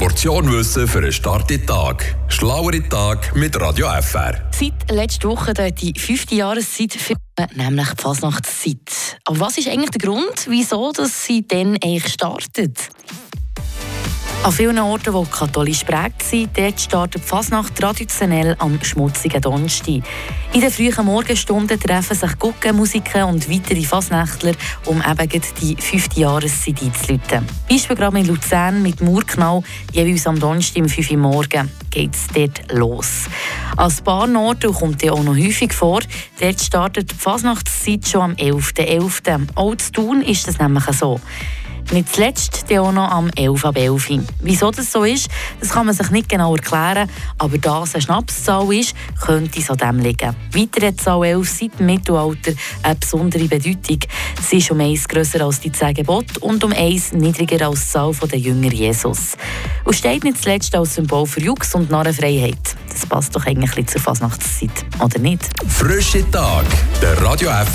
Portion Wissen für einen starken Tag. Schlauere Tag mit Radio FR. Seit letzter Woche die 5. Jahreszeit für nämlich die Fasnachtszeit. Aber was ist eigentlich der Grund, wieso dass sie dann eigentlich startet? An vielen Orten, die katholisch geprägt sind, dort startet die Fasnacht traditionell am schmutzigen Donnerstag. In den frühen Morgenstunden treffen sich Guggenmusiker und weitere Fasnächtler, um eben die 5. Jahreszeit einzuläuten. Beispiel gerade in Luzern mit Murknall, jeweils am Donnerstag um 5 Uhr morgens geht es dort los. An ein paar Orten kommt ja auch noch häufig vor, dort startet die Fasnachtszeit schon am 11.11. Auch zu Thun ist das nämlich so. Nicht zuletzt auch noch am 11.11. Wieso das so ist, das kann man sich nicht genau erklären, aber da es eine Schnapszahl ist, könnte es an dem liegen. Weiter hat die Zahl 11 seit dem Mittelalter eine besondere Bedeutung. Sie ist um 1 grösser als die 10 Gebote und um 1 niedriger als die Zahl der Jünger Jesus. Und steht nicht zuletzt als Symbol für Jux und Narrenfreiheit. Das passt doch eigentlich zur Fasnachtszeit, oder nicht? Frische Tag, der Radio FR